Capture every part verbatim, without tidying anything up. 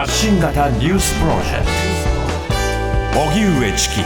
発信型ニュースプロジェクト荻上チキ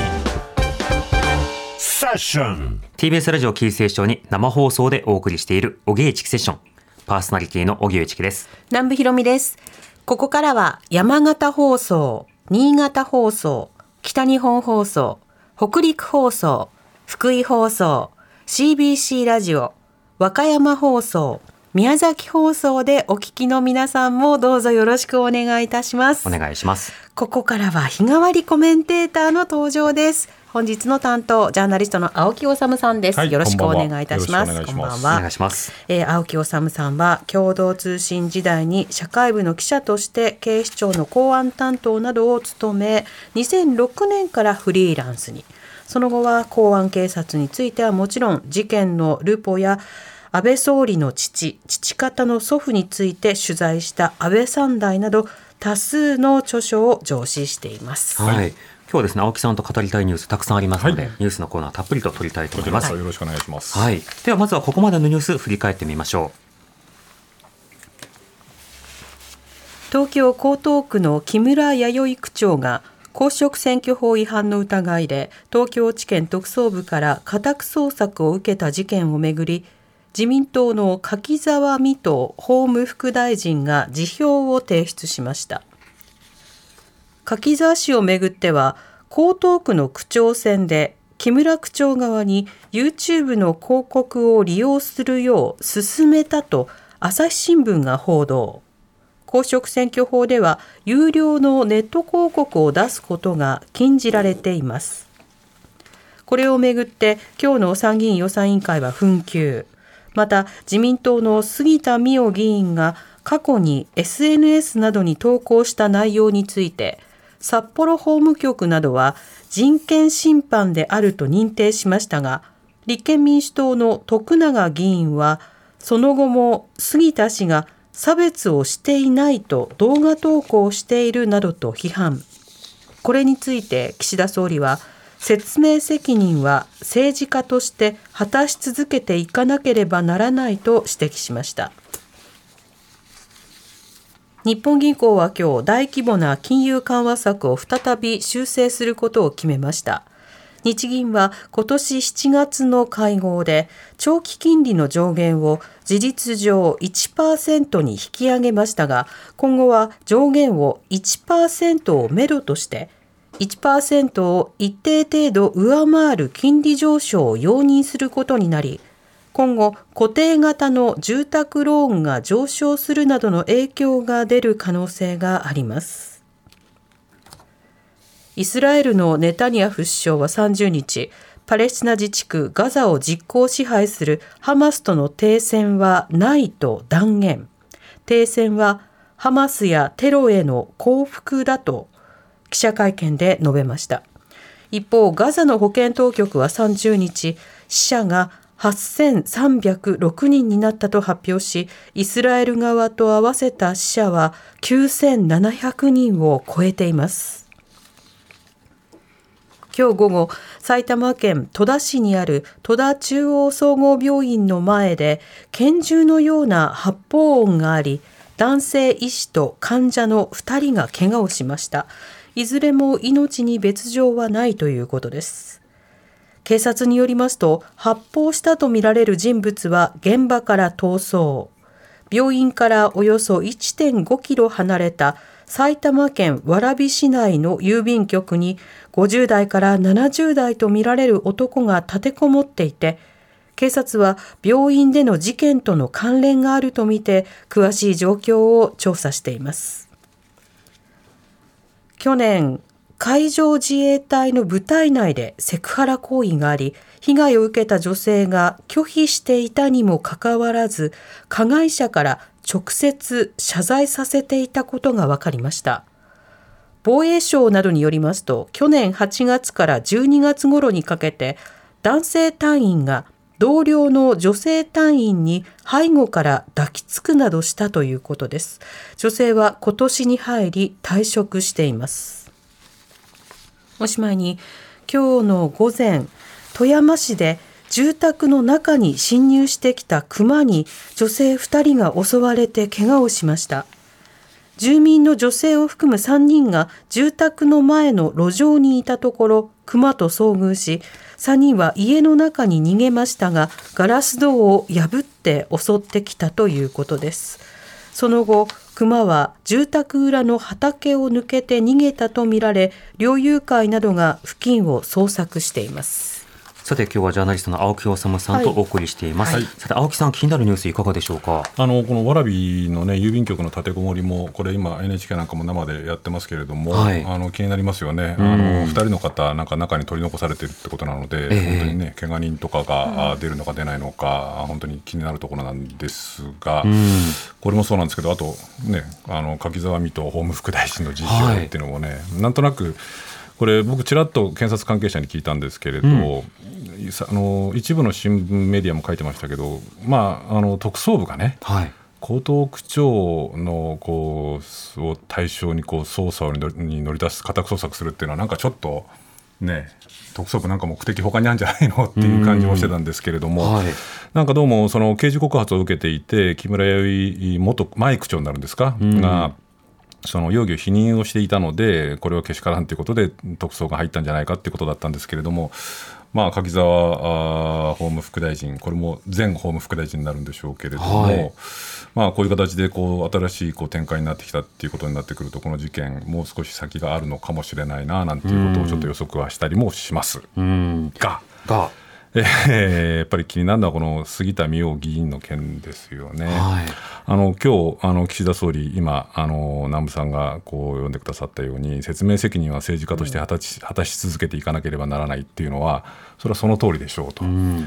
セッションティービーエス ラジオキーステーションに生放送でお送りしている荻上チキセッション、パーソナリティの荻上チキです。 南部ひろみです。ここからは山形放送、新潟放送、北日本放送、北陸放送、福井放送、シービーシー ラジオ、和歌山放送、宮崎放送でお聞きの皆さんもどうぞよろしくお願いいたします。 お願いします。 ここからは日替わりコメンテーターの登場です。本日の担当ジャーナリストの青木治さんです、はい、よろしくお願いいたします。 こんばんは。お願いします。 えー、青木治さんは共同通信時代に社会部の記者として警視庁の公安担当などを務め、にせんろくねんからフリーランスに。その後は公安警察についてはもちろん、事件のルポや安倍総理の父、父方の祖父について取材した安倍三代など多数の著書を上梓しています。 はい、今日はですね、青木さんと語りたいニュースたくさんありますので、はい、ニュースのコーナーたっぷりと取りたいと思います。 よろしくお願いします。 はい、ではまずはここまでのニュース振り返ってみましょう。 東京江東区の木村弥生区長が公職選挙法違反の疑いで東京地検特捜部から家宅捜索を受けた事件をめぐり、自民党の柿沢未途法務副大臣が辞表を提出しました。柿沢氏をめぐっては、江東区の区長選で木村区長側に YouTube の広告を利用するよう勧めたと朝日新聞が報道。公職選挙法では有料のネット広告を出すことが禁じられています。これをめぐって今日の参議院予算委員会は紛糾。また自民党の杉田水脈議員が過去に エスエヌエス などに投稿した内容について、札幌法務局などは人権侵犯であると認定しましたが、立憲民主党の徳永議員はその後も杉田氏が差別をしていないと動画投稿しているなどと批判。これについて岸田総理は、説明責任は政治家として果たし続けていかなければならないと指摘しました。日本銀行は今日、大規模な金融緩和策を再び修正することを決めました。日銀は今年しちがつの会合で長期金利の上限を事実上 いちパーセント に引き上げましたが、今後は上限を いちパーセント をめどとしていちパーセント を一定程度上回る金利上昇を容認することになり、今後固定型の住宅ローンが上昇するなどの影響が出る可能性があります。イスラエルのネタニヤフ首相はさんじゅうにち、パレスチナ自治区ガザを実効支配するハマスとの停戦はないと断言。停戦はハマスやテロへの降伏だと記者会見で述べました。一方、ガザの保健当局はさんじゅうにち、死者がはっせんさんびゃくろくにんになったと発表し、イスラエル側と合わせた死者はきゅうせんななひゃくにんを超えています。今日午後、埼玉県戸田市にある戸田中央総合病院の前で拳銃のような発砲音があり、男性医師と患者のふたりが怪我をしました。いずれも命に別状はないということです。警察によりますと、発砲したとみられる人物は現場から逃走。病院からおよそ いってんごキロ離れた埼玉県蕨市内の郵便局にごじゅうだいからななじゅうだいとみられる男が立てこもっていて、警察は病院での事件との関連があるとみて詳しい状況を調査しています。去年、海上自衛隊の部隊内でセクハラ行為があり、被害を受けた女性が拒否していたにもかかわらず、加害者から直接謝罪させていたことが分かりました。防衛省などによりますと、去年はちがつからじゅうにがつ頃にかけて、男性隊員が同僚の女性隊員に背後から抱きつくなどしたということです。女性は今年に入り退職しています。おしまいに、今日の午前、富山市で住宅の中に侵入してきたクマに女性ふたりが襲われて怪我をしました。 住民の女性を含むさんにんが住宅の前の路上にいたところ、クマと遭遇し、さんにんは家の中に逃げましたが、ガラス戸を破って襲ってきたということです。その後、クマは住宅裏の畑を抜けて逃げたとみられ、猟友会などが付近を捜索しています。 さて今日はジャーナリストの青木治さんとお送りしています、はいはい、さて青木さん、気になるニュースいかがでしょうか。 あのこの蕨の、ね、郵便局の立てこもりも、これ今 エヌエイチケー なんかも生でやってますけれども、はい、あの気になりますよね。あのふたりの方なんか中に取り残されているってことなので、えー、本当にね、怪我人とかが出るのか出ないのか、本当に気になるところなんですが、これもそうなんですけど、あとね、あの柿沢未途法務副大臣の辞表っていうのもね、はい、なんとなくこれ僕ちらっと検察関係者に聞いたんですけれど、うん、あの一部の新聞メディアも書いてましたけど、まあ、あの特捜部がね、はい、江東区長のこうを対象にこう捜査に乗り出す、家宅捜索するっていうのはなんかちょっとね、特捜部なんか目的他にあるんじゃないのっていう感じもしてたんですけれども、はい、なんかどうもその刑事告発を受けていて、木村弥生元前区長になるんですか、がその容疑を否認をしていたので、これはけしからんということで特捜が入ったんじゃないかということだったんですけれども、まあ、柿沢法務副大臣、これも前法務副大臣になるんでしょうけれども、はい、まあ、こういう形でこう新しいこう展開になってきたということになってくると、この事件もう少し先があるのかもしれないななんていうことをちょっと予測はしたりもしますが、がえー、やっぱり気になるのはこの杉田水脈議員の件ですよね。はい、あの今日あの岸田総理、今あの南部さんがこう呼んでくださったように、説明責任は政治家として果たし、果たし続けていかなければならないっていうのは、それはその通りでしょうと。うん、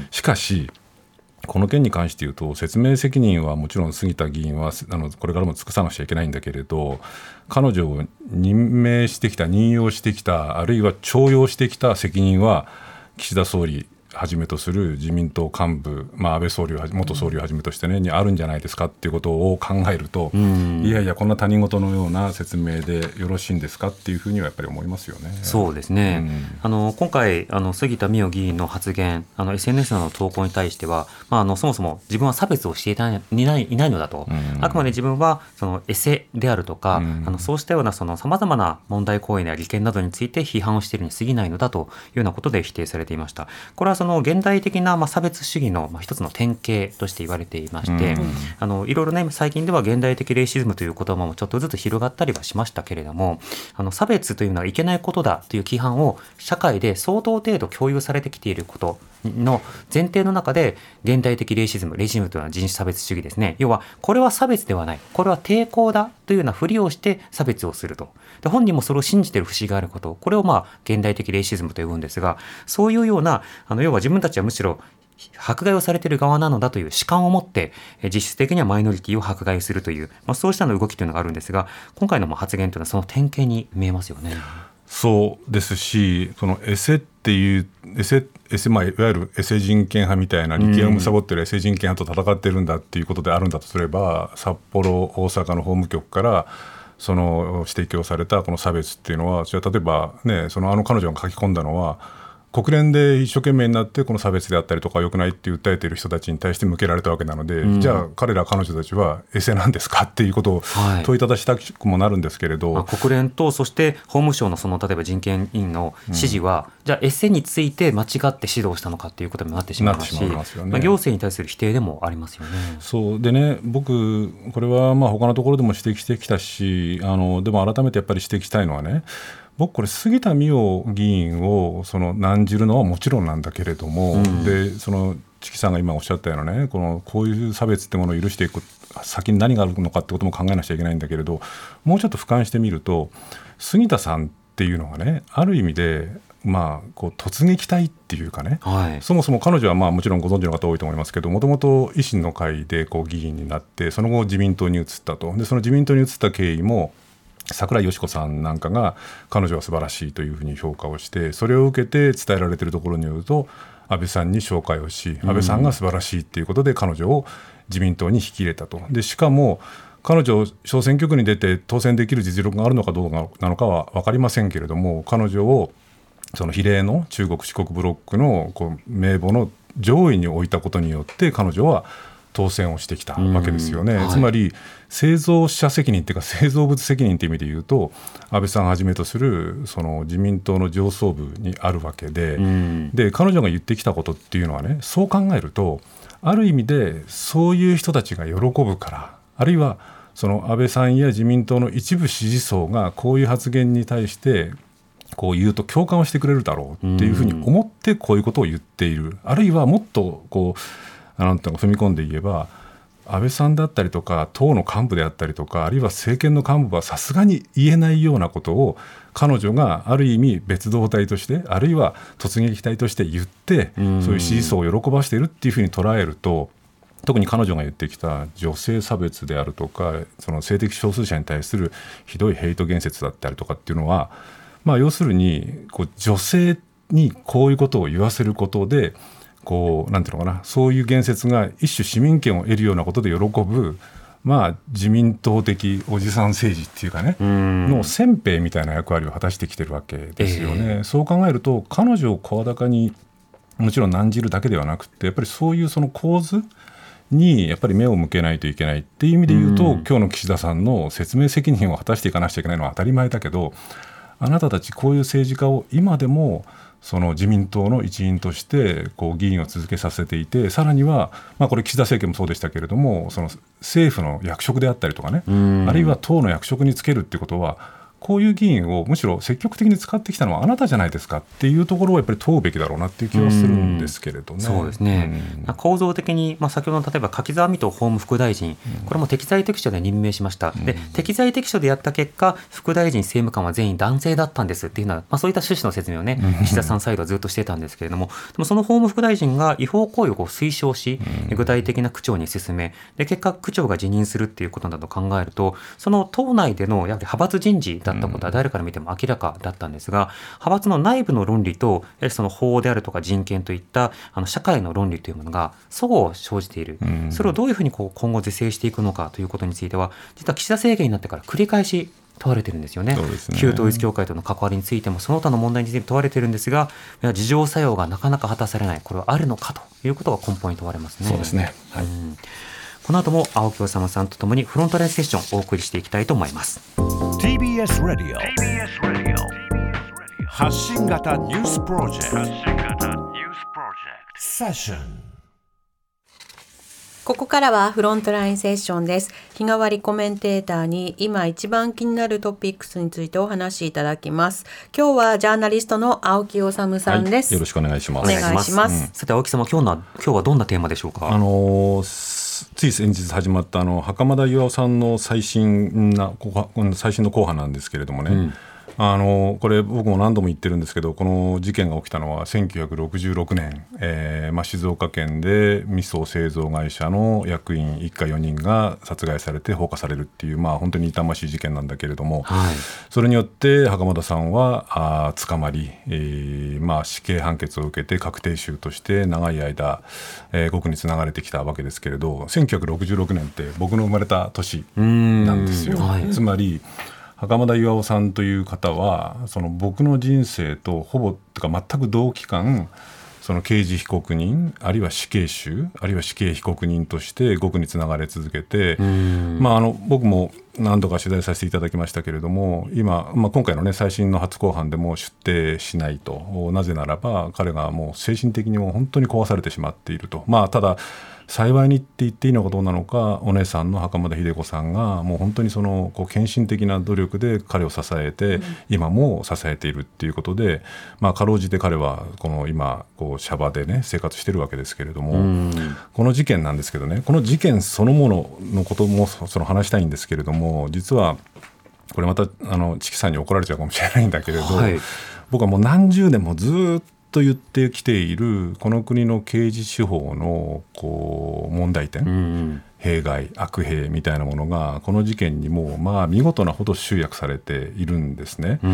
しかしこの件に関して言うと、説明責任はもちろん杉田議員はあのこれからも尽くさなくちゃいけないんだけれど、彼女を任命してきた、任用してきた、あるいは重用してきた責任は岸田総理はじめとする自民党幹部、まあ、安倍総理を元総理をはじめとして、ね、にあるんじゃないですかっていうことを考えると、うん、いやいやこんな他人事のような説明でよろしいんですかっていうふうにはやっぱり思いますよね。 そうですね、うん、あの今回あの杉田水脈議員の発言、あの エスエヌエス などの投稿に対しては、まあ、あのそもそも自分は差別をしていない、いない、いないのだと、うん、あくまで自分はそのエセであるとか、うん、あのそうしたようなさまざまな問題行為や利権などについて批判をしているに過ぎないのだというようなことで否定されていました。これはその現代的なまあ差別主義のまあ一つの典型として言われていまして、うん、あのいろいろね、最近では現代的レイシズムという言葉もちょっとずつ広がったりはしましたけれども、あの差別というのはいけないことだという規範を社会で相当程度共有されてきていることの前提の中で、現代的レイシズム、レイシズムというのは人種差別主義ですね。要はこれは差別ではない、これは抵抗だというようなふりをして差別をすると。で本人もそれを信じている節があること、これをまあ現代的レイシズムと呼ぶんですが、そういうようなあの要は自分たちはむしろ迫害をされている側なのだという主観を持って実質的にはマイノリティを迫害するという、まあ、そうしたの動きというのがあるんですが、今回の発言というのはその典型に見えますよね。 そうですし、そのエセっていうエセエセ、まあ、いわゆるエセ人権派みたいな、利権を貪っているエセ人権派と戦っているんだっていうことであるんだとすれば、札幌、大阪の法務局からその指摘をされたこの差別っていうのは、じゃあ例えば、ね、そのあの彼女が書き込んだのは国連で一生懸命になってこの差別であったりとか良くないって訴えている人たちに対して向けられたわけなので、うん、じゃあ彼ら彼女たちはエセなんですかっていうことを問いただしたくもなるんですけれど、 はい、国連とそして法務省のその例えば人権委員の指示は、うん、じゃあエセについて間違って指導したのかっていうことになってしまいますし、ますよね、まあ、行政に対する否定でもありますよね。 そうでね、僕これはまあ他のところでも指摘してきたし、あのでも改めてやっぱり指摘したいのはね、僕これ杉田水脈議員をその難じるのはもちろんなんだけれども、うん、でそのチキさんが今おっしゃったようなね、このこういう差別ってものを許していく先に何があるのかってことも考えなくちゃいけないんだけれど、もうちょっと俯瞰してみると杉田さんっていうのがね、ある意味でまあ、こう突撃隊っていうかね、はい、そもそも彼女はまあもちろんご存知の方多いと思いますけど、もともと維新の会でこう議員になって、その後自民党に移ったと。でその自民党に移った経緯も桜井よし子さんなんかが彼女は素晴らしいというふうに評価をして、それを受けて伝えられているところによると、安倍さんに紹介をし、安倍さんが素晴らしいということで彼女を自民党に引き入れたと。でしかも彼女小選挙区に出て当選できる実力があるのかどうかなのかは分かりませんけれども、彼女をその比例の中国四国ブロックのこう名簿の上位に置いたことによって彼女は当選をしてきたわけですよね、 はい、 つまり製造者責任というか製造物責任という意味で言うと安倍さんをはじめとするその自民党の上層部にあるわけで、で彼女が言ってきたことっていうのはね、そう考えるとある意味でそういう人たちが喜ぶから、あるいはその安倍さんや自民党の一部支持層がこういう発言に対してこう言うと共感をしてくれるだろうっていうふうに思ってこういうことを言っている、あるいはもっとこうなんていうか踏み込んで言えば安倍さんだったりとか党の幹部であったりとかあるいは政権の幹部はさすがに言えないようなことを彼女がある意味別動隊としてあるいは突撃隊として言ってそういう支持層を喜ばしているっていうふうに捉えると、特に彼女が言ってきた女性差別であるとかその性的少数者に対するひどいヘイト言説だったりとかっていうのは、まあ、要するにこう女性にこういうことを言わせることでこうなんていうのかな、そういう言説が一種市民権を得るようなことで喜ぶ、まあ、自民党的おじさん政治っていうかねの先兵みたいな役割を果たしてきてるわけですよね、えー、そう考えると彼女を声高にもちろん難じるだけではなくてやっぱりそういうその構図にやっぱり目を向けないといけないっていう意味で言うと、今日の岸田さんの説明責任を果たしていかなくちゃいけないのは当たり前だけど、あなたたちこういう政治家を今でもその自民党の一員としてこう議員を続けさせていて、さらには、まあ、これ岸田政権もそうでしたけれどもその政府の役職であったりとかね、あるいは党の役職につけるってことはこういう議員をむしろ積極的に使ってきたのはあなたじゃないですかっていうところをやっぱり問うべきだろうなっていう気はするんですけれどね。 そうですね、うん、構造的に、まあ、先ほどの例えば柿沢未途法務副大臣、これも適材適所で任命しました、うん、で適材適所でやった結果副大臣政務官は全員男性だったんですっていうのは、まあ、そういった趣旨の説明をね岸田さんサイドはずっとしてたんですけれども、でもその法務副大臣が違法行為をこう推奨し、うん、具体的な区長に進めで結果区長が辞任するっていうことなど考えると、その党内でのやはり派閥人事だったことは誰から見ても明らかだったんですが、派閥の内部の論理とその法であるとか人権といったあの社会の論理というものが齟齬を生じている、うん、それをどういうふうにこう今後是正していくのかということについては実は岸田政権になってから繰り返し問われてるんですよ ね, そうですね。旧統一教会との関わりについてもその他の問題について問われてるんですが、自浄作用がなかなか果たされない、これはあるのかということが根本に問われますね。 そうですね、はい。うん、 この後も青木治さんとともにフロントラインセッションをお送りしていきたいと思います。 ティービーエス ラジオ 発信型ニュースプロジェクトセッション。 ここからはフロントラインセッションです。日替わりコメンテーターに今一番気になるトピックスについてお話しいただきます。今日はジャーナリストの青木治さんです、はい、 よろしくお願いします。 お願いします、 うん、さて青木様、今日の今日はどんなテーマでしょうか。 あのー、つい先日始まったあの袴田巌さんの最新な最新の公判なんですけれどもね、うん、あのこれ僕も何度も言ってるんですけど、この事件が起きたのはせんきゅうひゃくろくじゅうろくねん、えーまあ、静岡県で味噌製造会社の役員一家よにんが殺害されて放火されるっていう、まあ、本当に痛ましい事件なんだけれども、はい、それによって袴田さんはあ捕まり、えーまあ、死刑判決を受けて確定囚として長い間、えー、獄につながれてきたわけですけれど、せんきゅうひゃくろくじゅうろくねんって僕の生まれた年なんですよ、はい、つまり袴田巌さんという方はその僕の人生とほぼとか全く同期間その刑事被告人あるいは死刑囚あるいは死刑被告人として獄につながれ続けて、まあ、あの僕も何度か取材させていただきましたけれども 今, まあ、今回の、ね、最新の初公判でも出廷しないと。なぜならば彼がもう精神的にも本当に壊されてしまっていると。まあ、ただ幸いにって言っていいのかどうなのか、お姉さんの袴田秀子さんがもう本当にそのこう献身的な努力で彼を支えて、うん、今も支えているっていうことで、まあ、かろうじて彼はこの今こうシャバでね生活してるわけですけれども、うん、この事件なんですけどね、この事件そのもののこともその話したいんですけれども、実はこれまたあのチキさんに怒られちゃうかもしれないんだけれど、はい、僕はもう何十年もずっとと言ってきているこの国の刑事司法のこう問題点、うん、弊害悪弊みたいなものがこの事件にもまあ見事なほど集約されているんですね、うん、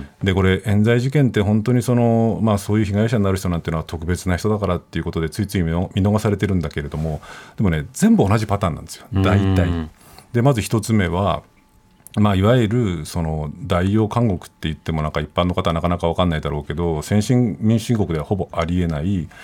でこれ冤罪事件って本当にその、まあ、そういう被害者になる人なんていうのは特別な人だからっていうことでついつい見逃されてるんだけれども、でもね全部同じパターンなんですよ大体、うん、でまず一つ目はまあ、いわゆるその代用監獄って言ってもなんか一般の方はなかなか分かんないだろうけど、先進民主主義国ではほぼありえない、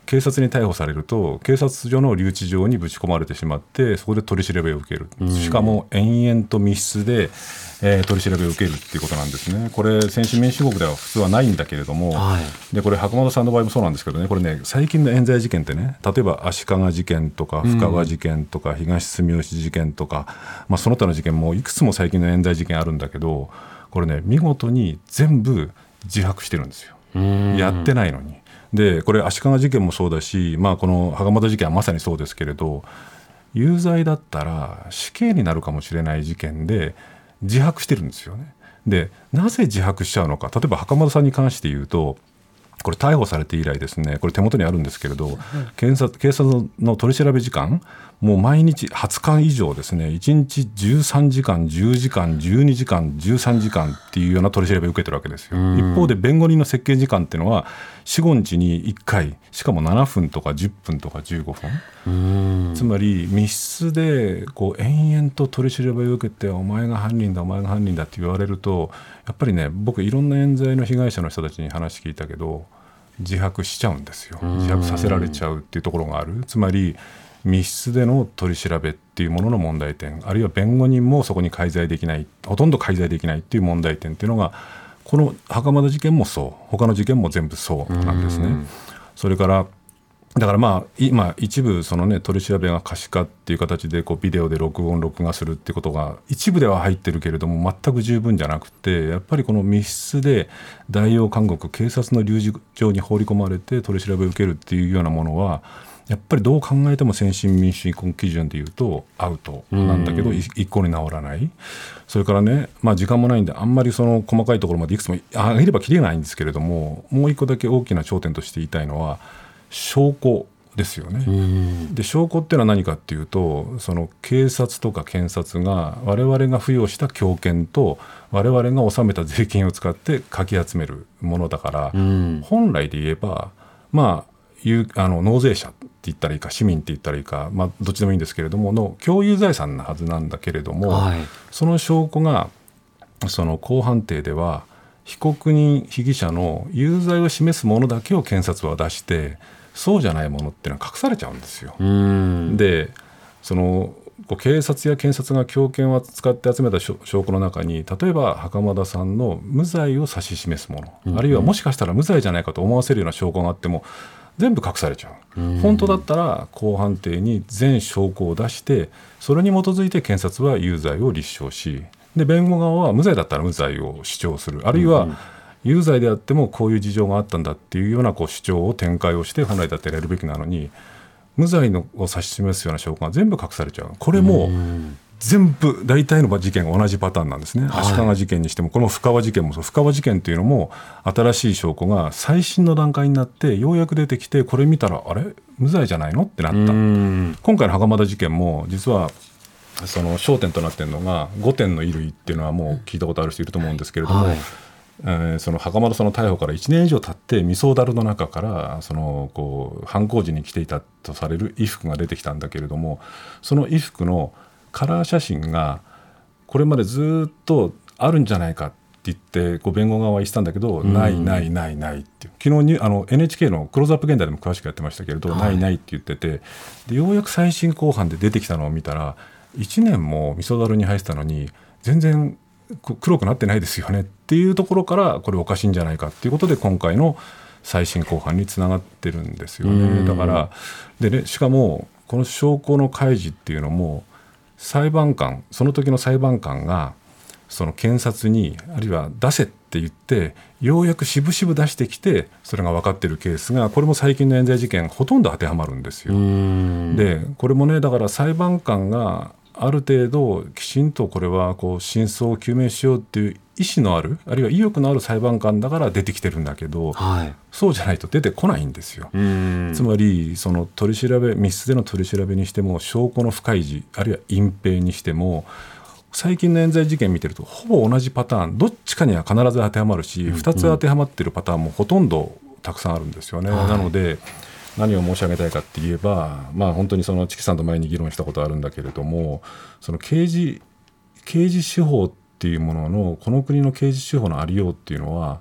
警察に逮捕されると警察署の留置場にぶち込まれてしまってそこで取り調べを受ける、しかも延々と密室で、えー、取り調べを受けるっていうことなんですね。これ先進民主国では普通はないんだけれども、はい、でこれ袴田さんの場合もそうなんですけどね、これね最近の冤罪事件ってね、例えば足利事件とか深川事件とか東住吉事件とか、まあ、その他の事件もいくつも最近の冤罪事件あるんだけど、これね見事に全部自白してるんですよ。やってないのに。でこれ足利事件もそうだし、まあ、この袴田事件はまさにそうですけれど、有罪だったら死刑になるかもしれない事件で自白してるんですよね。でなぜ自白しちゃうのか、例えば袴田さんに関して言うと、これ逮捕されて以来ですね、これ手元にあるんですけれど、検察、警察の取り調べ時間もう毎日はつか以上ですね、いちにちじゅうさんじかんじゅうじかんじゅうにじかんじゅうさんじかんっていうような取り調べを受けてるわけですよ。一方で弁護人の接見時間っていうのはよん、ごにちにいっかい、しかもななふんとかじゅっぷんとかじゅうごふん、つまり密室でこう延々と取り調べを受けてお前が犯人だお前が犯人だって言われると、やっぱりね、僕いろんな冤罪の被害者の人たちに話聞いたけど自白しちゃうんですよ。自白させられちゃうっていうところがある。つまり密室での取り調べっていうものの問題点、あるいは弁護人もそこに介在できない、ほとんど介在できないっていう問題点っていうのが、この袴田事件もそう、他の事件も全部そうなんですね。それからだからまあ今一部そのね取り調べが可視化っていう形でこうビデオで録音録画するっていうことが一部では入ってるけれども全く十分じゃなくて、やっぱりこの密室で代用監獄、警察の留置場に放り込まれて取り調べを受けるっていうようなものはやっぱりどう考えても先進民主主義基準でいうとアウトなんだけど一向に治らない。それからね、まあ、時間もないんであんまりその細かいところまでいくつも挙げればきりがないんですけれども、もう一個だけ大きな焦点として言いたいのは証拠ですよね。で証拠っていうのは何かっていうと、その警察とか検察が我々が付与した強権と我々が納めた税金を使ってかき集めるものだから、本来で言えばまああの納税者って言ったらいいか市民って言ったらいいか、まあ、どっちでもいいんですけれどもの共有財産なはずなんだけれども、はい、その証拠がその公判定では被告人被疑者の有罪を示すものだけを検察は出して、そうじゃないものっていうのは隠されちゃうんですよ。でその警察や検察が強権を使って集めた証拠の中に、例えば袴田さんの無罪を指し示すもの、うんうん、あるいはもしかしたら無罪じゃないかと思わせるような証拠があっても全部隠されちゃう。うん、本当だったら公判定に全証拠を出して、それに基づいて検察は有罪を立証し、で弁護側は無罪だったら無罪を主張する、あるいは有罪であってもこういう事情があったんだっていうようなこう主張を展開をして本来だってやるべきなのに、無罪のを指し示すような証拠が全部隠されちゃう。これも全部大体の事件が同じパターンなんですね。はい、足利事件にしてもこの深川事件もそう、深川事件というのも新しい証拠が最新の段階になってようやく出てきて、これ見たらあれ無罪じゃないのってなった。今回の袴田事件も実はその焦点となっているのがごてんの衣類っていうのはもう聞いたことある人いると思うんですけれども、はい、えー、その袴田さんの逮捕からいちねん以上経って味噌だるの中からそのこう犯行時に着ていたとされる衣服が出てきたんだけれども、その衣服のカラー写真がこれまでずっとあるんじゃないかって言ってこう弁護側は言ってたんだけど、うん、ないないないないって昨日にあの エヌエイチケー のクローズアップ現代でも詳しくやってましたけれど、はい、ないないって言ってて、でようやく最新公判で出てきたのを見たらいちねんも味噌だるに入ってたのに全然黒くなってないですよねっていうところから、これおかしいんじゃないかっていうことで今回の再審公判につながってるんですよね。だからで、ね、しかもこの証拠の開示っていうのも裁判官、その時の裁判官がその検察にあるいは出せって言ってようやく渋々出してきてそれが分かっているケースが、これも最近の冤罪事件ほとんど当てはまるんですよ。でこれもね、だから裁判官がある程度きちんとこれはこう真相を究明しようっていう意思のある、あるいは意欲のある裁判官だから出てきてるんだけど、はい、そうじゃないと出てこないんですよ。つまりその取り調べ、密室での取り調べにしても証拠の不開示あるいは隠蔽にしても、最近の冤罪事件見てるとほぼ同じパターン、どっちかには必ず当てはまるし、うんうん、ふたつ当てはまってるパターンもほとんどたくさんあるんですよね。はい、なので何を申し上げたいかって言えば、まあ、本当にそのチキさんと前に議論したことあるんだけれども、その刑事、刑事司法っていうもののこの国の刑事司法のありようっていうのは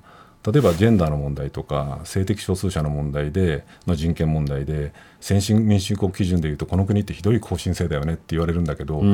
例えばジェンダーの問題とか性的少数者の問題での人権問題で先進民主国基準でいうとこの国ってひどい更新制だよねって言われるんだけど、うん、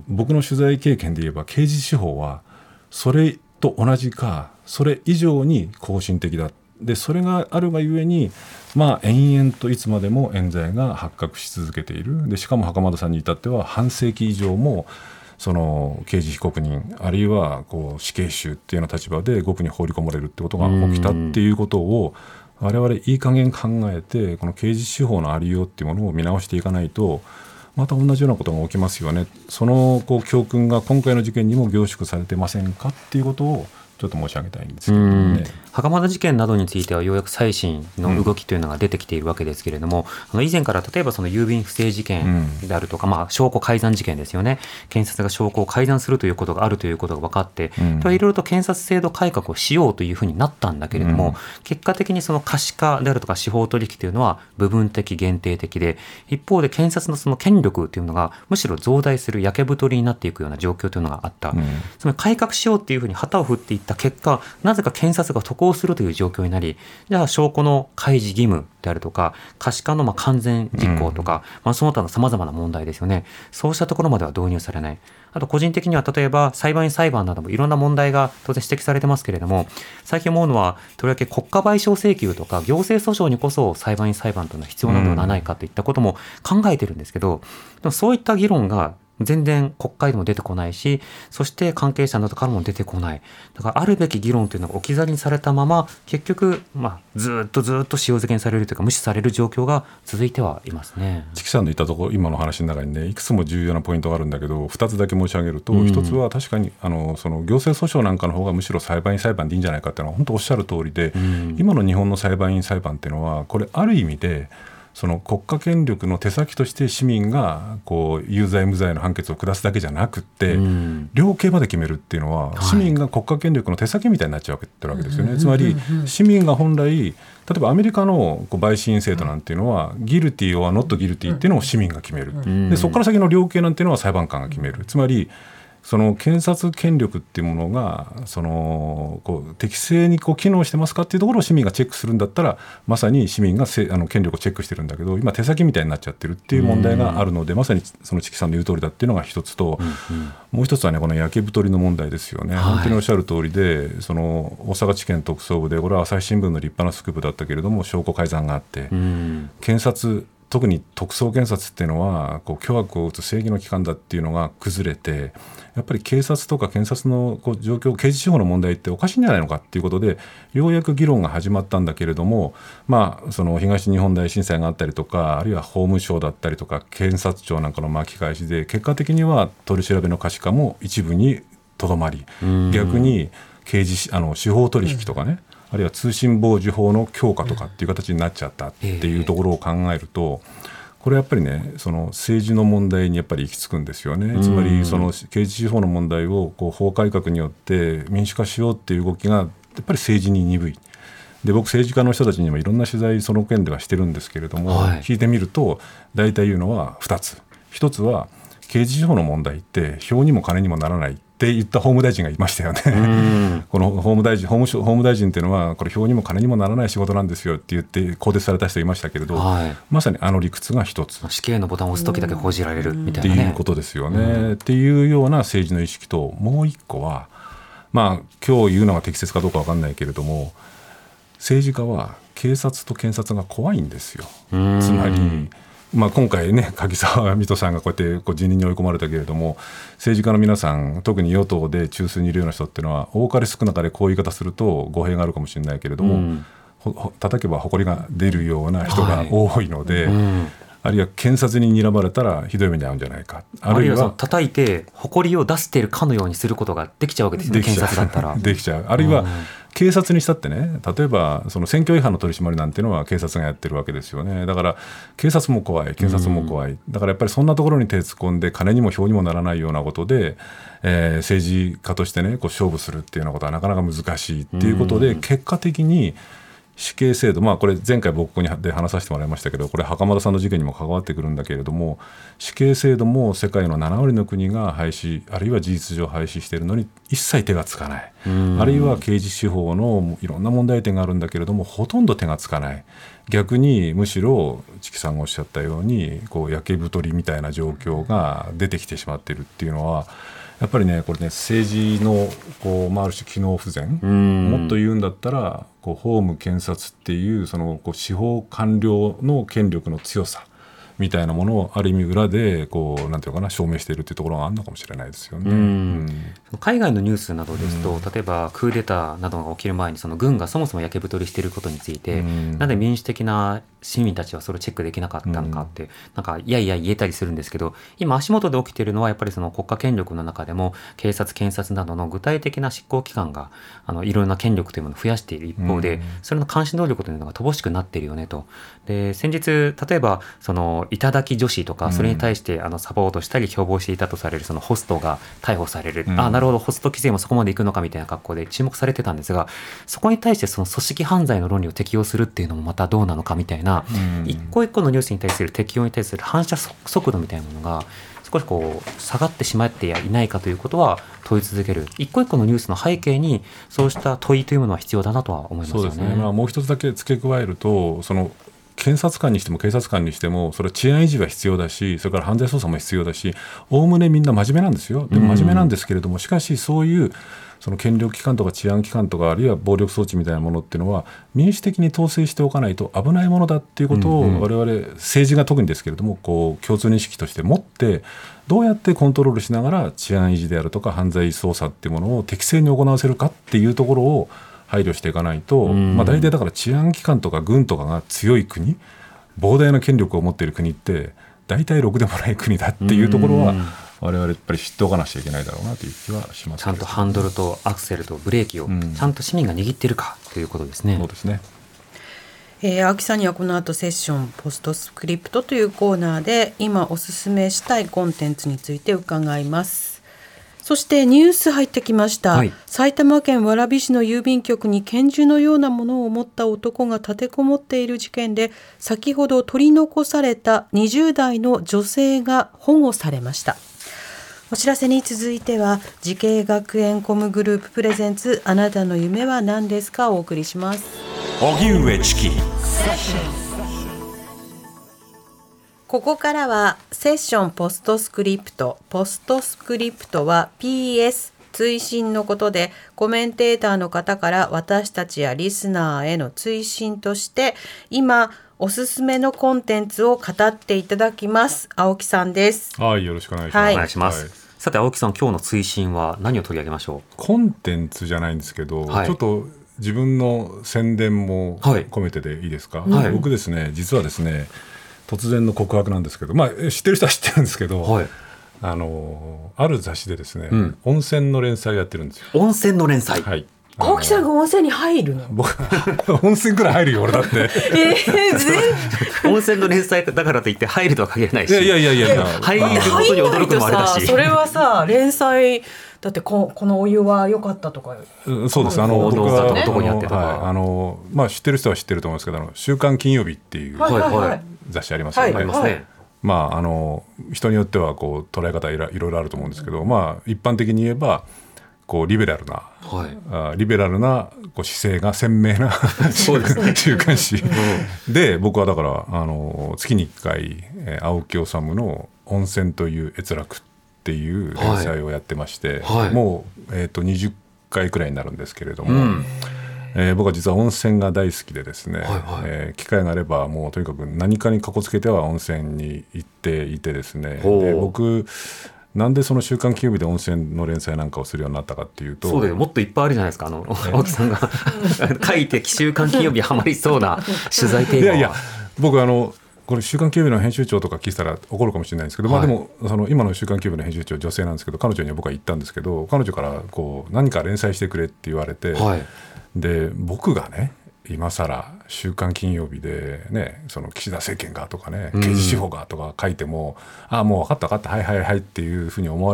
僕の取材経験で言えば刑事司法はそれと同じかそれ以上に更新的だ。でそれがあるがゆえに、まあ、延々といつまでも冤罪が発覚し続けている。でしかも袴田さんに至っては半世紀以上もその刑事被告人あるいはこう死刑囚っていうような立場で獄に放り込まれるってことが起きたっていうことを我々いい加減考えてこの刑事司法のありようっていうものを見直していかないとまた同じようなことが起きますよね。そのこう教訓が今回の事件にも凝縮されてませんかっていうことをちょっと申し上げたいんですけどね。 袴田事件などについてはようやく最新の動きというのが出てきているわけですけれども、うん、あの以前から例えばその郵便不正事件であるとか、うんまあ、証拠改ざん事件ですよね。検察が証拠を改ざんするということがあるということが分かって、うん、いろいろと検察制度改革をしようというふうになったんだけれども、うん、結果的にその可視化であるとか司法取引というのは部分的限定的で、一方で検察のその権力というのがむしろ増大する焼け太りになっていくような状況というのがあった、うん、つまり改革しようというふうに旗を振っていった結果、なぜか検察が渡航するという状況になり、じゃあ証拠の開示義務であるとか可視化のまあ完全実行とか、うんまあ、その他のさまざまな問題ですよね。そうしたところまでは導入されない。あと個人的には例えば裁判員裁判などもいろんな問題が当然指摘されてますけれども、最近思うのはとりわけ国家賠償請求とか行政訴訟にこそ裁判員裁判というのは必要なのではないかといったことも考えてるんですけど、でもそういった議論が全然国会でも出てこないし、そして関係者などからも出てこない。だからあるべき議論というのが置き去りにされたまま、結局、まあ、ずっとずっと塩漬けにされるというか無視される状況が続いてはいますね。 チキさんの言ったところ、今の話の中にね、いくつも重要なポイントがあるんだけど、ふたつだけ申し上げると、うん、ひとつは確かにあのその行政訴訟なんかの方がむしろ裁判員裁判でいいんじゃないかっていうのは本当おっしゃる通りで、うん、今の日本の裁判員裁判っていうのはこれある意味でその国家権力の手先として市民がこう有罪無罪の判決を下すだけじゃなくって、うん、量刑まで決めるっていうのは、はい、市民が国家権力の手先みたいになっちゃうわけですよね、うん、つまり市民が本来例えばアメリカのこう陪審員制度なんていうのは、うん、ギルティー or not ギルティーっていうのを市民が決める、うん、でそこから先の量刑なんていうのは裁判官が決める。つまりその検察権力っていうものがそのこう適正にこう機能してますかっていうところを市民がチェックするんだったら、まさに市民がせあの権力をチェックしてるんだけど、今手先みたいになっちゃってるっていう問題があるので、まさにそのチキさんの言う通りだっていうのが一つと、うんうん、もう一つはね、この焼け太りの問題ですよね、はい、本当におっしゃる通りで、その大阪地検特捜部でこれは朝日新聞の立派なスクープだったけれども証拠改ざんがあって、うん、検察特に特捜検察っていうのはこう巨悪を打つ正義の機関だっていうのが崩れて、やっぱり警察とか検察のこう状況、刑事司法の問題っておかしいんじゃないのかっていうことでようやく議論が始まったんだけれども、まあ、その東日本大震災があったりとか、あるいは法務省だったりとか検察庁なんかの巻き返しで結果的には取り調べの可視化も一部にとどまり、逆に刑事あの司法取引とかね、あるいは通信傍受法の強化とかっていう形になっちゃったっていうところを考えると、これやっぱりね、その政治の問題にやっぱり行き着くんですよね。つまりその刑事司法の問題をこう法改革によって民主化しようっていう動きがやっぱり政治に鈍い。で、僕政治家の人たちにもいろんな取材その件ではしてるんですけれども、はい、聞いてみると大体言うのはふたつ。ひとつは刑事司法の問題って票にも金にもならないって言った法務大臣がいましたよね。この法務大臣、法務省、法務大臣っていうのはこれ票にも金にもならない仕事なんですよって言って更迭された人いましたけれど、はい、まさにあの理屈が一つ。 死刑のボタンを押す時だけ報じられるみたいな、ね、 っていうことですよね。っていうような政治の意識と、もう一個は、まあ今日言うのが適切かどうか分かんないけれども、政治家は警察と検察が怖いんですよ。つまりまあ、今回ね、柿沢水戸さんがこうやってこう辞任に追い込まれたけれども、政治家の皆さん、特に与党で中枢にいるような人っていうのは、多かれ少なかれこういう言い方すると語弊があるかもしれないけれども、うん、叩けば誇りが出るような人が多いので、はい、うん、あるいは検察に睨まれたらひどい目に遭うんじゃないか、 あるいはその叩いて誇りを出しているかのようにすることができちゃうわけですよね、検察だったら。 できちゃう。あるいは、うん、警察にしたってね、例えばその選挙違反の取り締まりなんていうのは警察がやってるわけですよね。だから警察も怖い、検察も怖い、うん、だからやっぱりそんなところに手突っ込んで金にも票にもならないようなことで、えー、政治家としてね、こう勝負するっていうようなことはなかなか難しいっていうことで、うん、結果的に死刑制度、まあ、これ前回僕ここにで話させてもらいましたけど、これ袴田さんの事件にも関わってくるんだけれども、死刑制度も世界のななわりの国が廃止、あるいは事実上廃止しているのに一切手がつかない。 あるいは刑事司法のいろんな問題点があるんだけれどもほとんど手がつかない。逆にむしろチキさんがおっしゃったようにこう焼け太りみたいな状況が出てきてしまっているっていうのはやっぱりねこれね政治のこう、まあ、ある種機能不全、もっと言うんだったらこう法務検察っていうそのこう司法官僚の権力の強さみたいなものをある意味裏でこうなんていうのかな証明しているというところがあるのかもしれないですよね。うん、 海外のニュースなどですと、うん、例えばクーデターなどが起きる前にその軍がそもそも焼け太りしていることについて、うん、なんで民主的な市民たちはそれをチェックできなかったのかって、うん、なんかいやいや言えたりするんですけど、今足元で起きているのはやっぱりその国家権力の中でも警察検察などの具体的な執行機関があのいろんな権力というものを増やしている一方で、うん、それの監視能力というのが乏しくなっているよねと。で先日例えばその頂き女子とかそれに対してあのサポートしたり共謀していたとされるそのホストが逮捕される、うん、あなるほどホスト規制もそこまでいくのかみたいな格好で注目されてたんですが、そこに対してその組織犯罪の論理を適用するっていうのもまたどうなのかみたいな、うん、一個一個のニュースに対する適用に対する反射速度みたいなものが少しこう下がってしまっていないかということは問い続ける。一個一個のニュースの背景にそうした問いというものは必要だなとは思いますよね。 そうですね、まあ、もう一つだけ付け加えるとその検察官にしても警察官にしてもそれは治安維持が必要だしそれから犯罪捜査も必要だしおおむねみんな真面目なんですよ。でも真面目なんですけれども、うん、しかしそういうその権力機関とか治安機関とかあるいは暴力装置みたいなものっていうのは民主的に統制しておかないと危ないものだっていうことを我々政治が特にですけれどもこう共通認識として持ってどうやってコントロールしながら治安維持であるとか犯罪捜査っていうものを適正に行わせるかっていうところを配慮していかないと、まあ、大体だから治安機関とか軍とかが強い国膨大な権力を持っている国って大体ろくでもない国だっていうところは我々やっぱり知っておかなくちゃいけないだろうなという気はします。 ちゃんとハンドルとアクセルとブレーキをちゃんと市民が握っているかということですね。 そうですね。 えー、青木さんにはこの後セッションポストスクリプトというコーナーで今おすすめしたいコンテンツについて伺います。そしてニュース入ってきました、はい、埼玉県蕨市の郵便局に拳銃のようなものを持った男が立てこもっている事件で先ほど取り残されたにじゅう代の女性が保護されました。お知らせに続いては慈恵学園コムグループプレゼンツあなたの夢は何ですかお送りします。 荻上チキここからはセッションポストスクリプト。ポストスクリプトは ピーエス 追伸のことでコメンテーターの方から私たちやリスナーへの追伸として今おすすめのコンテンツを語っていただきます。青木さんです。 はい、よろしくお願いします。 はい、お願いします。はい、さて青木さん今日の追伸は何を取り上げましょう。 コンテンツじゃないんですけど、はい、ちょっと自分の宣伝も込めてでいいですか。はい、僕ですね実はですね突然の告白なんですけど、まあ、知ってる人は知ってるんですけど、はい、あのある雑誌でですね、うん、温泉の連載やってるんですよ。 温泉の連載、 はい、 青木さんが温泉に入るの。 僕温泉くらい入るよ俺だって、 えー、温泉の連載だからといって入るとは限らないし、いやいやいやいやいや入ることに驚くのもあれだし、 それはさ連載だってこ、このお湯は良かったとか、 うん、そうです。あの僕はどこにあってとか、はい、あのまあ知ってる人は知ってると思うんですけど、あの週刊金曜日っていう、はいはいはい、雑誌ありますよね。はいはい、まああの人によってはこう捉え方いろいろあると思うんですけど、まあ一般的に言えばこうリベラルな、はい、あリベラルなこう姿勢が鮮明なそうです、ね、週刊誌で、僕はだからあの月にいっかい、えー、青木治の温泉という閲楽っていう連載をやってまして、はいはい、もう、えー、とにじゅっかいくらいになるんですけれども、うん、えー、僕は実は温泉が大好きでですね、はいはい、えー、機会があればもうとにかく何かにかこつけては温泉に行っていてですね、で僕なんでその週刊金曜日で温泉の連載なんかをするようになったかっていうと、 そうだよ、もっといっぱいあるじゃないですか。あの青木さんが書いて週刊金曜日ハマりそうな取材テーマは。いやいや僕あのこれ週刊金曜日の編集長とか聞いたら怒るかもしれないんですけど、はい、まあ、でもその今の週刊金曜日の編集長女性なんですけど、彼女には僕は言ったんですけど、彼女からこう何か連載してくれって言われて、はい、で僕がね今更週刊金曜日でね、その岸田政権がとかね、刑事司法がとか書いても、うん、ああもう分かった分かったはいはいはいっていうふうに思われ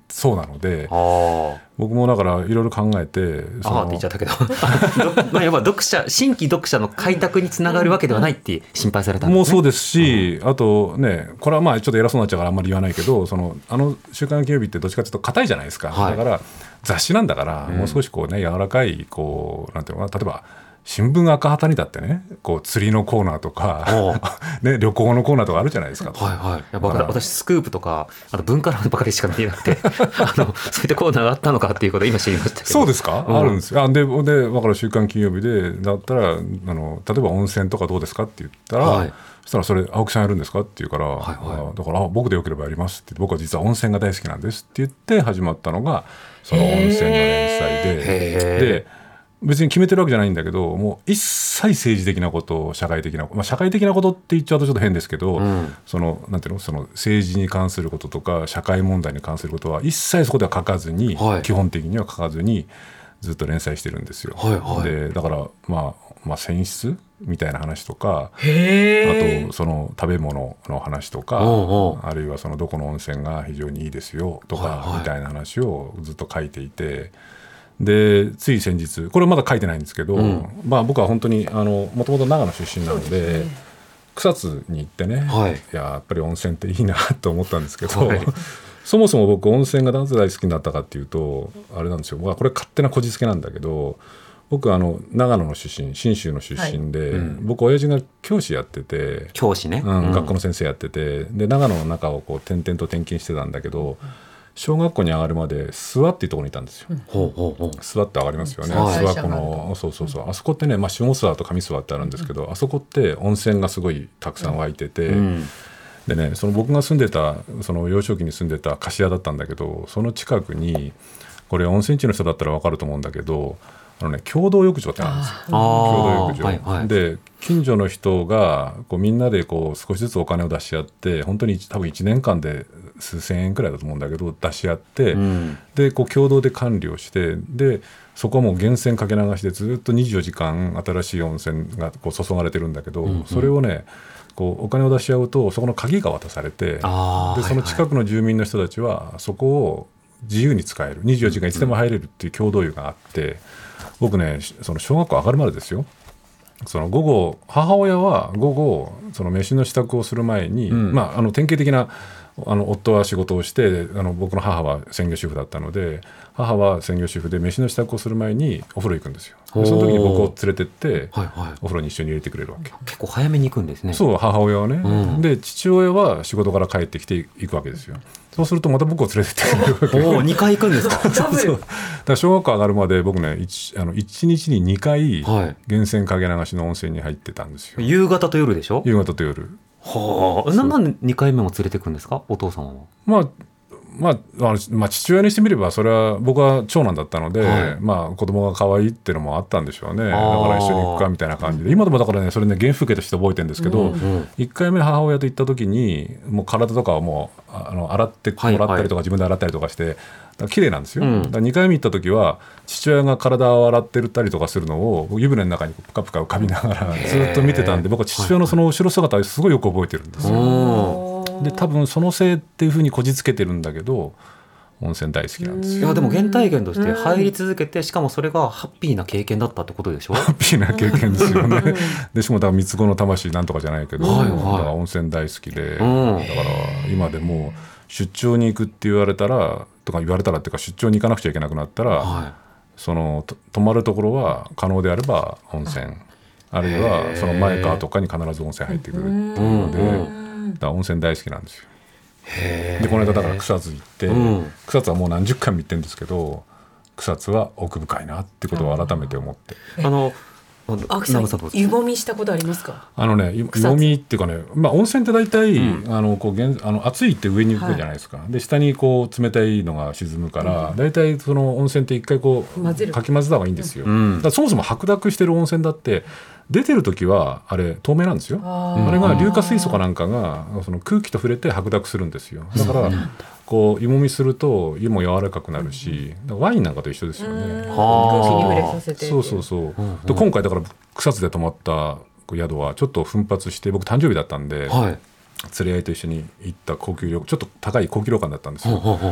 そうなので、僕もだからいろいろ考えて、 ああって言っちゃったけどまあやっぱ読者新規読者の開拓につながるわけではないって心配されたんですね。 もうそうですし、うん、あとね、これはまあちょっと偉そうになっちゃうからあんまり言わないけど、そのあの週刊金曜日ってどっちかというと硬いじゃないですか、はい、だから雑誌なんだから、うん、もう少しこうね柔らかいこうなんていうのかな、例えば新聞赤旗にだってね、こう釣りのコーナーとか、ね、旅行のコーナーとかあるじゃないですか。 はいはい、やっぱ私スクープとかあと文化論ばかりしか見えなくてあのそういったコーナーがあったのかっていうことを今知りましたけど。 そうですか、うん、あるんですよ。あででだから週刊金曜日でだったらあの例えば温泉とかどうですかって言ったら、はい、そしたらそれ青木さんやるんですかって言うから、はいはい、だからあ僕でよければやりますって、僕は実は温泉が大好きなんですって言って始まったのがその温泉の連載で、で別に決めてるわけじゃないんだけど、もう一切政治的なことを社会的な、まあ、社会的なことって言っちゃうとちょっと変ですけど、うん、そのなんていうの、その政治に関することとか社会問題に関することは一切そこでは書かずに、はい、基本的には書かずにずっと連載してるんですよ。はいはい、でだから、まあ、まあ泉質みたいな話とか、あとその食べ物の話とか、おうおうあるいはそのどこの温泉が非常にいいですよとか、はいはい、みたいな話をずっと書いていて、でつい先日、これまだ書いてないんですけど、うんまあ、僕は本当にあのもともと長野出身なの で, で、ね、草津に行ってね、はい、いややっぱり温泉っていいなと思ったんですけど、はい、そもそも僕温泉がなぜ大好きになったかっていうとあれなんですよ、これ勝手なこじつけなんだけど、僕あの長野の出身、信州の出身で、はいうん、僕親父が教師やってて、 教師ね、 うんうん、学校の先生やってて、で長野の中をこう転々と転勤してたんだけど、小学校に上がるまで諏訪っていうところにいたんですよ。うん、諏訪って上がりますよね、はい、諏訪湖のそうそうそう、あそこってね、まあ、下諏訪と上諏訪ってあるんですけど、うん、あそこって温泉がすごいたくさん湧いてて、うん、でね、その僕が住んでたその幼少期に住んでた貸家だったんだけど、その近くにこれ温泉地の人だったら分かると思うんだけど、あのね、共同浴場ってあるんですよ。共同浴場、はいはい、で近所の人がこうみんなでこう少しずつお金を出し合って、本当に多分いちねんかんで数千円くらいだと思うんだけど出し合って、うん、でこう共同で管理をして、でそこはもう源泉かけ流しでずっとにじゅうよじかん新しい温泉がこう注がれてるんだけど、うんうん、それをねこうお金を出し合うとそこの鍵が渡されて、でその近くの住民の人たちはそこを自由に使える、にじゅうよじかんいつでも入れるっていう共同湯があって、うん、僕ねその小学校上がるまでですよ、その午後母親は午後その飯の支度をする前に、うんまあ、あの典型的なあの夫は仕事をして、あの僕の母は専業主婦だったので、母は専業主婦で飯の支度をする前にお風呂行くんですよ。でその時に僕を連れてって、はいはい、お風呂に一緒に入れてくれるわけ。 結構早めに行くんですね。 そう、母親はね、うん、で父親は仕事から帰ってきて行くわけですよ。そうするとまた僕を連れてってくれるわけ。 おにかい行くんですか。 そうそう、だから小学校上がるまで僕ね 1, あのいちにちににかい源泉かけ流しの温泉に入ってたんですよ。 夕方と夜でしょ。 夕方と夜。 はあ、なんでにかいめも連れてくるんですか、お父様は。 まあまあまあ、父親にしてみればそれは僕は長男だったので、はいまあ、子供が可愛いっていうのもあったんでしょうね。だから一緒に行くかみたいな感じで、今でもだからねそれね原風景として覚えてるんですけど、うんうん、いっかいめ母親と行った時にもう体とかをもうあの洗ってもらったりとか、はいはい、自分で洗ったりとかして綺麗なんですよ、うん、だからにかいめ行った時は父親が体を洗ってるったりとかするのを湯船の中にプカプカ浮かびながらずっと見てたんで、僕は父親のその後ろ姿をすごいよく覚えてるんですよ。で多分そのせいっていう風にこじつけてるんだけど温泉大好きなんですよ。 いやでも原体験として入り続けて、しかもそれがハッピーな経験だったってことでしょ。 ハッピーな経験ですよね。でしかもだから三つ子の魂なんとかじゃないけど、はいはい、だから温泉大好きで、だから今でも出張に行くって言われたらとか言われたらっていうか出張に行かなくちゃいけなくなったら、はい、その泊まるところは可能であれば温泉、あるいはその前川とかに必ず温泉入ってくるっていうので、だから温泉大好きなんですよ。へでこの間だから草津行って、うん、草津はもう何十回も行ってるんですけど、草津は奥深いなってことを改めて思って、 あの青木さん湯もみしたことありますか。 あのね湯もみっていうかね、まあ、温泉って大体、うん、あのこうあの熱いって上に行くじゃないですか、はい、で下にこう冷たいのが沈むから、うん、大体その温泉って一回こうかき混ぜた方がいいんですよ、うん、だからそもそも白濁してる温泉だって出てるときはあれ透明なんですよ。 あ, あれが硫化水素かなんかがその空気と触れて白濁するんですよ。だからこう湯もみすると湯も柔らかくなるし、ワインなんかと一緒ですよね。 空気に触れさせて。 そうそうそう、うんうん、で今回だから草津で泊まった宿はちょっと奮発して、僕誕生日だったんで、はい、連れ合いと一緒に行った高級旅ちょっと高い高級旅館だったんですよ、うんうんうん、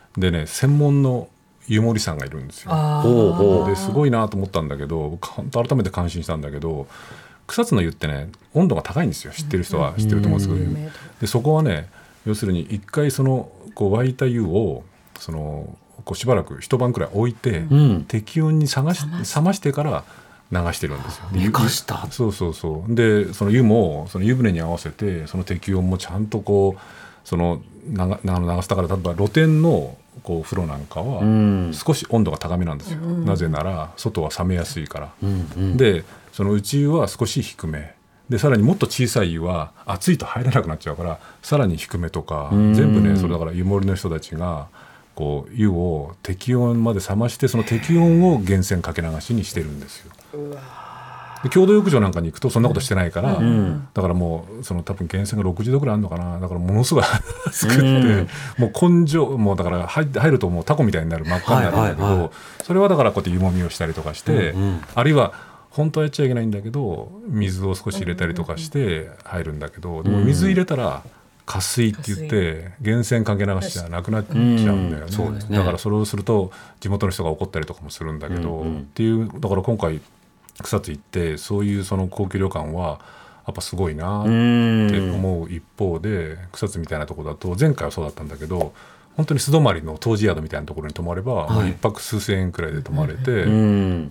でね専門の湯守さんがいるんですよ。ですごいなと思ったんだけど本当改めて感心したんだけど草津の湯ってね温度が高いんですよ。知ってる人は知ってると思うんですけど、でそこはね要するに一回そのこう沸いた湯をそのこうしばらく一晩くらい置いて、うん、適温に冷まし、冷ましてから流してるんですよ。 寝かした。 そうそうそうでその湯もその湯船に合わせてその適温もちゃんとこうその流すだから例えば露天のこう風呂なんかは少し温度が高めなんですよ、うん、なぜなら外は冷めやすいから、うんうん、でその内湯は少し低めでさらにもっと小さい湯は暑いと入れなくなっちゃうからさらに低めとか、うん、全部ねそれだから湯守の人たちがこう湯を適温まで冷ましてその適温を源泉かけ流しにしてるんですよ。うわで共同浴場なんかに行くとそんなことしてないから、うん、だからもうその多分源泉がろくじゅうどぐらいあるのかな。だからものすごい熱くって、うん、もう根性もうだから入るともうタコみたいになる真っ赤になるんだけど、はいはいはい、それはだからこうやって湯もみをしたりとかして、うんうん、あるいは本当はやっちゃいけないんだけど水を少し入れたりとかして入るんだけど、でも水入れたら加水って言って源泉かけ流しじゃなくなっちゃうんだよね。うんそうですね、だからそれをすると地元の人が怒ったりとかもするんだけど、うんうん、っていうだから今回草津行ってそういうその高級旅館はやっぱすごいなって思う一方で草津みたいなところだと前回はそうだったんだけど本当に素泊まりの湯治宿みたいなところに泊まれば、はい、一泊数千円くらいで泊まれて、うん、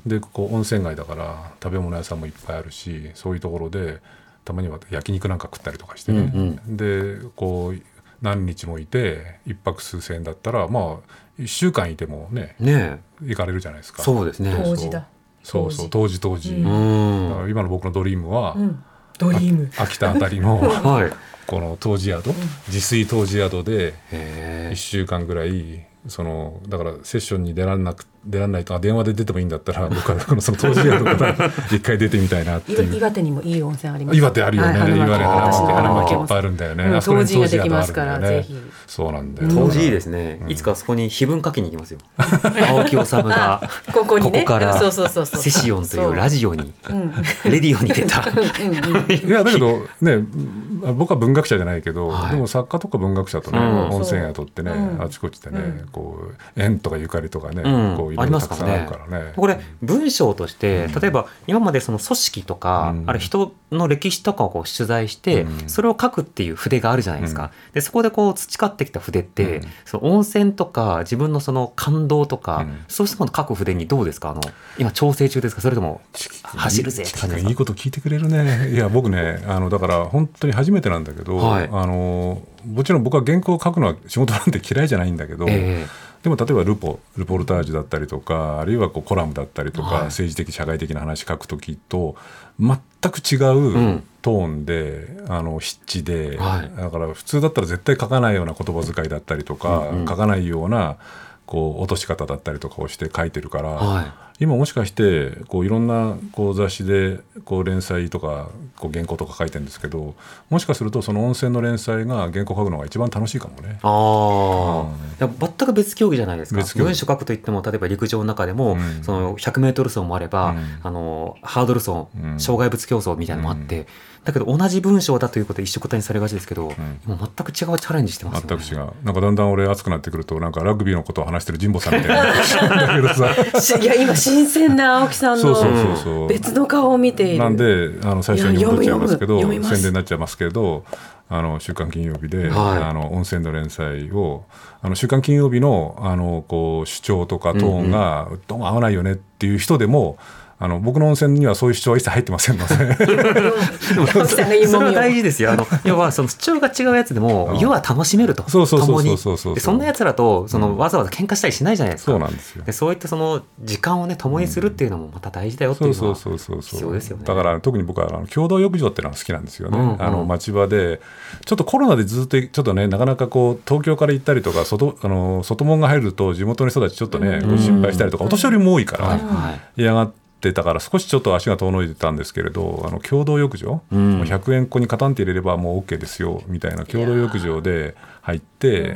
でこう温泉街だから食べ物屋さんもいっぱいあるしそういうところでたまには焼肉なんか食ったりとかしてね、うんうん、でこう何日もいて一泊数千円だったらまあいっしゅうかんいても ね, ね行かれるじゃないですか。 そうですね。 湯治だそうそう当時当時、うん、だから今の僕のドリームは、うん、 ドリーム秋田あたりの、はい、この湯治宿、うん、自炊湯治宿でいっしゅうかんぐらいそのだからセッションに出られなく出られないと電話で出てもいいんだったら僕はこのその湯治宿から一回出てみたいなっていう岩手にもいい温泉あります。 岩手あるよね、はい、岩手花巻いっぱいあるんだよね、うん、あそこに湯治ができますからぜひ。 そうなんだよ、 湯治いいですね、うん、いつかそこに碑文書きに行きますよ青木治がここにねここからセシオンというラジオにレディオに出たいやだけどね僕は文学者じゃないけど、はい、でも作家とか文学者とね、うん、温泉宿ってね、うん、あちこちでね、うん、こう縁とかゆかりとかね、うん、こういろいろたくさんあるからね。 これ文章として、うん、例えば今までその組織とか、うん、ある人の歴史とかをこう取材して、うん、それを書くっていう筆があるじゃないですか、うん、でそこでこう培ってきた筆って、うん、その温泉とか自分のその感動とか、うん、そうしたもの書く筆にどうですか。あの今調整中ですかそれとも走るぜって感じですか。 いいこと聞いてくれるね。いや僕ねあのだから本当に初めてなんだけど、はい、あのもちろん僕は原稿を書くのは仕事なんて嫌いじゃないんだけど、えー、でも例えばルポルポルタージュだったりとかあるいはこうコラムだったりとか、はい、政治的社会的な話書くときと全く違うトーンで、うん、あの筆致で、はい、だから普通だったら絶対書かないような言葉遣いだったりとか、うんうん、書かないようなこう落とし方だったりとかをして書いてるから、はい、今もしかしてこういろんなこう雑誌でこう連載とかこう原稿とか書いてるんですけどもしかするとその温泉の連載が原稿書くのが一番楽しいかもね。 あ、うん、全く別競技じゃないですか。文章書くといっても例えば陸上の中でも、うん、そのひゃくメートル走もあれば、うん、あのハードル走、うん、障害物競争みたいなのもあって、うん、だけど同じ文章だということは一緒くたにされがちですけど、うん、今全く違うチャレンジしてますよね。 全く違う。なんかだんだん俺熱くなってくるとなんかラグビーのことを話してる神保さんみたいなだけどさいや今新鮮な青木さんの別の顔を見ている。 なんであの最初に戻っちゃいますけど宣伝になっちゃいますけどあの週刊金曜日で、はい、あの温泉の連載をあの週刊金曜日 の, あのこう主張とかトーンがどうも合わないよねっていう人でも、あの僕の温泉にはそういう主張は一切入ってませんのでそれは大事ですよ。あの要はその主張が違うやつでも湯は楽しめると共に。そんなやつらとそのわざわざ喧嘩したりしないじゃないですか。 そうなんですよ。 でそういったその時間をね共にするっていうのもまた大事だよっていうのは必要ですよね。 だから特に僕はあの共同浴場っていうのが好きなんですよね、うんうん、あの町場でちょっとコロナでずっとちょっとねなかなかこう東京から行ったりとか 外, あの外門が入ると地元の人たちちょっとね、うん、心配したりとかお年寄りも多いから、はいはい、嫌がってってたから少しちょっと足が遠のいてたんですけれど、あの共同浴場、うん、ひゃくえんこにカタンって入れればもう OK ですよみたいな共同浴場で入って、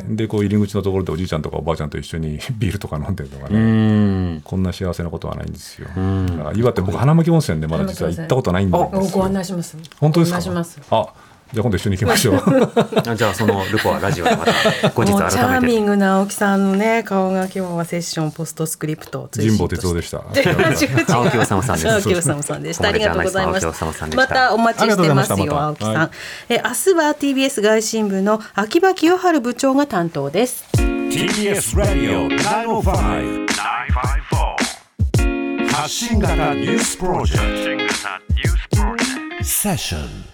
でこう入り口のところでおじいちゃんとかおばあちゃんと一緒にビールとか飲んでるとかね、うん、こんな幸せなことはないんですよ、うん、だから岩手僕花巻温泉でまだ実は行ったことないんだけど、 ご案内します。 本当ですか。あじゃあ今度一緒に行きましょうじゃあそのルポはラジオでまた後日改めて。 チャーミングな青木さんのね顔が今日はセッションポストスクリプト神保哲夫でした。 青木治さんです。 青木治さんでした。ありがとうございました。 したまたお待ちしてますよ、青木さん、はい、え明日は ティービーエス 外信部の秋葉清春部長が担当です。 ティービーエス Radio きゅうまるご、きゅうごよん発信型ニュースプロジェクトセッション